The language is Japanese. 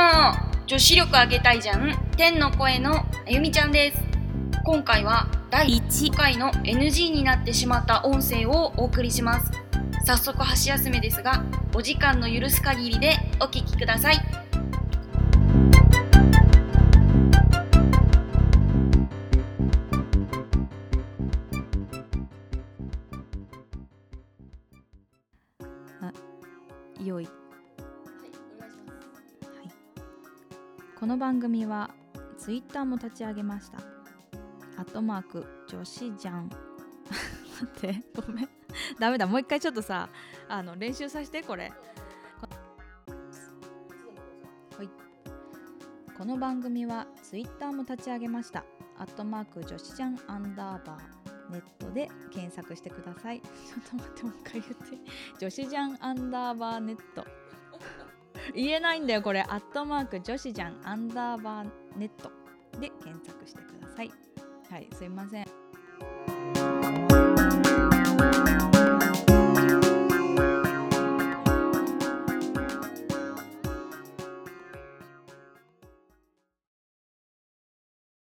女子力上げたいじゃん天の声のあゆみちゃんです。今回は第1回の NG になってしまった音声をお送りします。早速箸休めですが、お時間の許す限りでお聞きください。 よい。この番組はツイッターも立ち上げました。@女子じゃん待ってごめんダメだ、もう一回ちょっとさ練習させて。これこの番組はツイッターも立ち上げました@女子じゃん_ネットで検索してください。ちょっと待って、もう一回言って女子じゃん_ネット言えないんだよこれ。女子じゃん_ネットで検索してください。はい、すいません。